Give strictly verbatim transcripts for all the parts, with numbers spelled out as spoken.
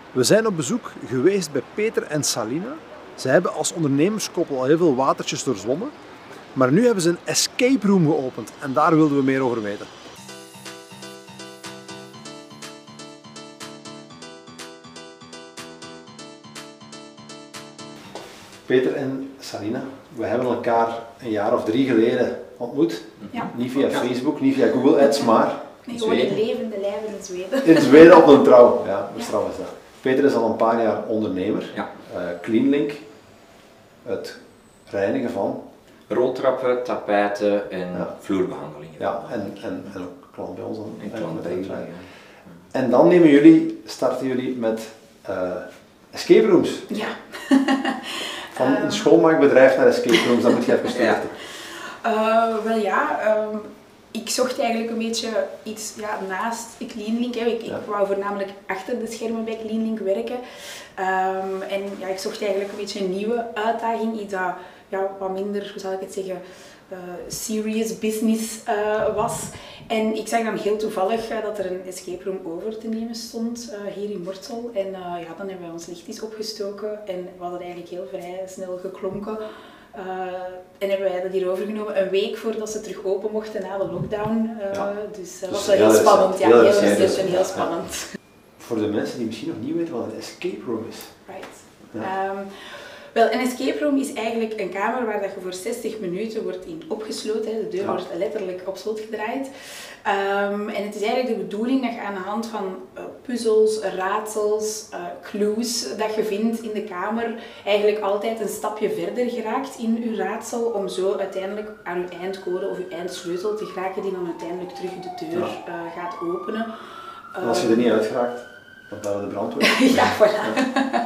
We zijn op bezoek geweest bij Peter en Salina. Zij hebben als ondernemerskoppel al heel veel watertjes doorzwommen. Maar nu hebben ze een escape room geopend en daar wilden we meer over weten. Peter en Salina, we hebben elkaar een jaar of drie geleden ontmoet. Ja. Niet via Facebook, niet via Google Ads, maar nee, gewoon in levende lijven in Zweden. In Zweden op een trouw. Ja, hoe straf is dat? Peter is al een paar jaar ondernemer. Ja. Uh, Cleanlink, het reinigen van roltrappen, tapijten en ja. vloerbehandelingen. Ja, en, en, en ook klant bij ons dan. En klant bij jullie, ja. En dan nemen jullie, starten jullie met uh, escape rooms. Ja. Van een schoonmaakbedrijf naar escape rooms, dat moet je even vertellen. Ja. Uh, wel ja, um, ik zocht eigenlijk een beetje iets ja, naast Cleanlink. Hè. Ik, ja. ik wou voornamelijk achter de schermen bij Cleanlink werken. Um, en ja, ik zocht eigenlijk een beetje een nieuwe uitdaging, iets dat ja, wat minder, hoe zal ik het zeggen, uh, serious business uh, was. En ik zag dan heel toevallig uh, dat er een escape room over te nemen stond uh, hier in Mortsel. En uh, ja, dan hebben wij ons lichtjes opgestoken en we hadden eigenlijk heel vrij snel geklonken. Uh, en hebben wij dat hier overgenomen een week voordat ze terug open mochten na de lockdown. Uh, ja. Dus dat uh, was wel heel, heel spannend. Ja, heel recent en heel spannend. Ja. Voor de mensen die misschien nog niet weten wat een escape room is. Right. Ja. Um, Wel, een escape room is eigenlijk een kamer waar dat je voor zestig minuten wordt in opgesloten. Hè. De deur ja. wordt letterlijk op slot gedraaid. Um, en het is eigenlijk de bedoeling dat je aan de hand van uh, puzzels, raadsels, uh, clues dat je vindt in de kamer eigenlijk altijd een stapje verder geraakt in je raadsel om zo uiteindelijk aan je eindcode of je eindsleutel te geraken die dan uiteindelijk terug de deur ja. uh, gaat openen. En als je er niet uit geraakt? Want dat we de brandweer. ja, voilà.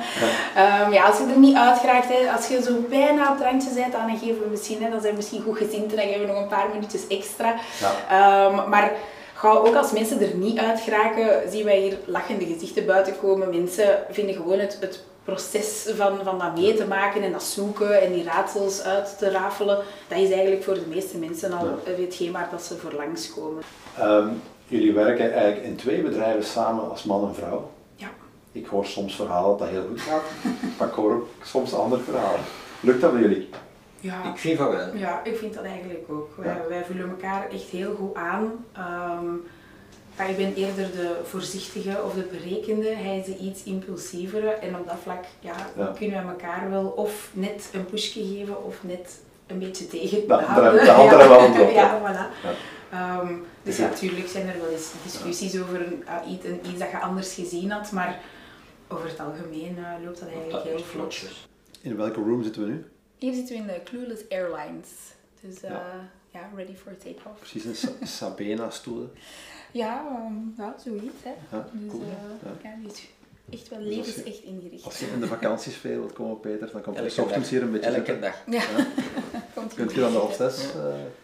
Ja. Um, ja, als je er niet uit geraakt, hè, als je zo bijna op het randje bent, dan geven we misschien, hè, dan zijn we misschien goed gezind en dan geven we nog een paar minuutjes extra. Ja. Um, maar gauw ook als mensen er niet uit geraken, zien wij hier lachende gezichten buiten komen. Mensen vinden gewoon het, het proces van, van dat mee te maken en dat zoeken en die raadsels uit te rafelen, dat is eigenlijk voor de meeste mensen al ja. hetgeen waar dat ze voor langskomen. Um, Jullie werken eigenlijk in twee bedrijven samen als man en vrouw. Ja. Ik hoor soms verhalen dat dat heel goed gaat, maar ik hoor ook soms andere verhalen. Lukt dat bij jullie? Ja. Ik vind van wel. Ja, ik vind dat eigenlijk ook. Ja. Wij, wij vullen elkaar echt heel goed aan. Um, ja, ik ben eerder de voorzichtige of de berekende, hij is de iets impulsievere. En op dat vlak ja, ja. kunnen we elkaar wel of net een pushje geven of net een beetje tegenhouden. De hand er wel aan het ja, voilà. Ja. Um, dus ja, natuurlijk zijn er wel eens discussies over een, uh, iets, een, iets dat je anders gezien had, maar over het algemeen uh, loopt dat eigenlijk heel vlot. In welke room zitten we nu? Hier zitten we in de Clueless Airlines, dus uh, ja. ja, ready for take-off. Precies, een Sabena-stoelen. ja, um, ja, zoiets. Hè. Ja, dus, cool, uh, ja. ja, die is echt wel levensecht ingericht. Als je in de vakantiesfeer wilt komen, Peter, dan komt je ochtends hier een beetje elke zitten. dag. Ja. Ja. Kunt je dan de hostess? Uh,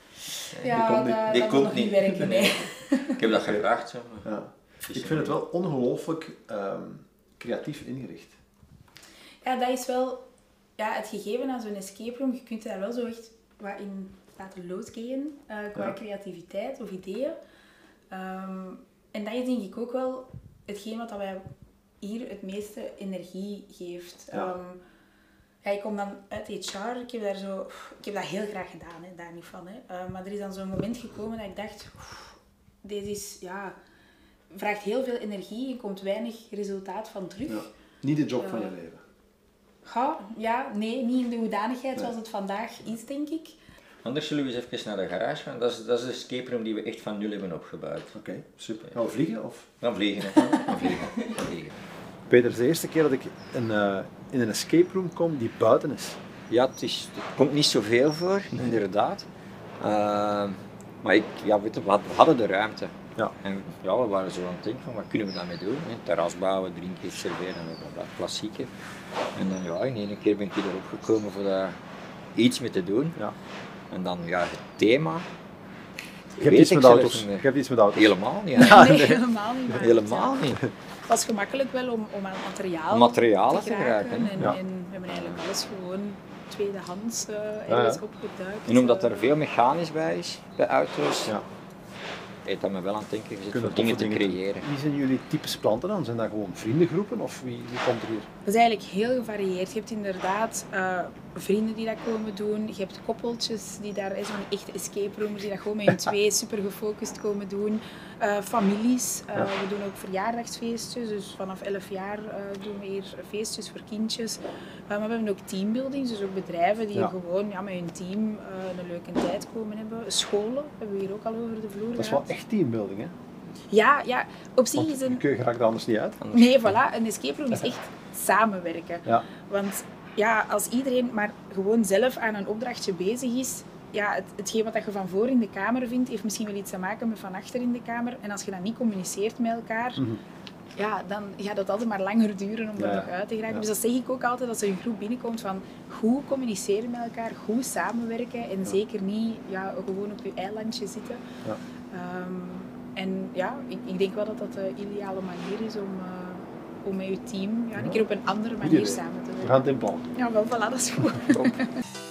Ja, die dat, die dat komt nog niet niet werken, nee. Ik heb dat gevraagd. Zo. Ja. Ik vind het wel ongelooflijk um, creatief ingericht. Ja, dat is wel ja, het gegeven aan zo'n escape room. Je kunt daar wel zo echt wat in laten losgaan uh, qua ja. creativiteit of ideeën. Um, en dat is denk ik ook wel hetgeen wat wij hier het meeste energie geeft. Ja. Um, Ja, ik kom dan uit H R, ik heb, daar zo, ik heb dat heel graag gedaan, hè, daar niet van. Hè. Uh, maar er is dan zo'n moment gekomen dat ik dacht, deze is, ja, vraagt heel veel energie en komt weinig resultaat van terug. Ja, niet de job uh, van je leven. Ja, ja, nee, niet in de hoedanigheid nee. zoals het vandaag is, denk ik. Anders zullen we eens even naar de garage gaan. Dat is, dat is de escape room die we echt van nul hebben opgebouwd. Oké, okay, super. Gaan we vliegen? Of? Gaan vliegen, hè. Gaan vliegen. Gaan vliegen. Peter, het is de eerste keer dat ik in, uh, in een escape room kom die buiten is. Ja, het, is, het komt niet zoveel voor, nee. inderdaad. Uh, maar ik, ja, weet je, we hadden de ruimte. Ja. En ja, we waren zo aan het denken van wat kunnen we daarmee doen. Een terras bouwen, drinken, serveren, dat klassieke. En dan ja, in één keer ben ik erop gekomen voor daar iets mee te doen. Ja. En dan ja, het thema. Je hebt iets met auto's. Je hebt iets met auto's. Helemaal niet. Ja, nee, helemaal niet. Helemaal niet. Het was gemakkelijk wel om, om aan materiaal materialen te te geraken. geraken. En, ja. en we hebben eigenlijk alles gewoon tweedehands uh, ergens ja, ja. opgeduikt. En omdat er veel mechanisch bij is, bij auto's, ja. heeft dat me wel aan het denken gezet Kunnen voor dingen te toffe dingen creëren. Wie zijn jullie types planten dan? Zijn dat gewoon vriendengroepen of wie, wie komt er hier? Dat is eigenlijk heel gevarieerd. Je hebt inderdaad uh, vrienden die dat komen doen. Je hebt koppeltjes die daar, zo'n echte escape roomers, die dat gewoon met hun twee super gefocust komen doen. Uh, families. Uh, ja. We doen ook verjaardagsfeestjes. Dus vanaf elf jaar uh, doen we hier feestjes voor kindjes. Uh, maar we hebben ook teambuildings, dus ook bedrijven die ja. gewoon ja, met hun team uh, een leuke tijd komen hebben. Scholen hebben we hier ook al over de vloer. Dat is wel echt teambuilding, hè? Ja, ja, op zich Want is een... de keuken raakt er anders niet uit. Nee, voilà. Een escape room is echt samenwerken. Ja. Want ja, als iedereen maar gewoon zelf aan een opdrachtje bezig is, ja, het, hetgeen wat je van voor in de kamer vindt, heeft misschien wel iets te maken met van achter in de kamer. En als je dan niet communiceert met elkaar, mm-hmm. ja, dan gaat het altijd maar langer duren om er ja. nog uit te geraken. Ja. Dus dat zeg ik ook altijd als er een groep binnenkomt van goed communiceren met elkaar, goed samenwerken en ja. zeker niet ja, gewoon op je eilandje zitten. Ja. Um, en ja, ik, ik denk wel dat dat de ideale manier is om, uh, om met je team ja, een keer op een andere manier samen te werken. We gaan het in plan. Ja, wel, voilà, dat is goed.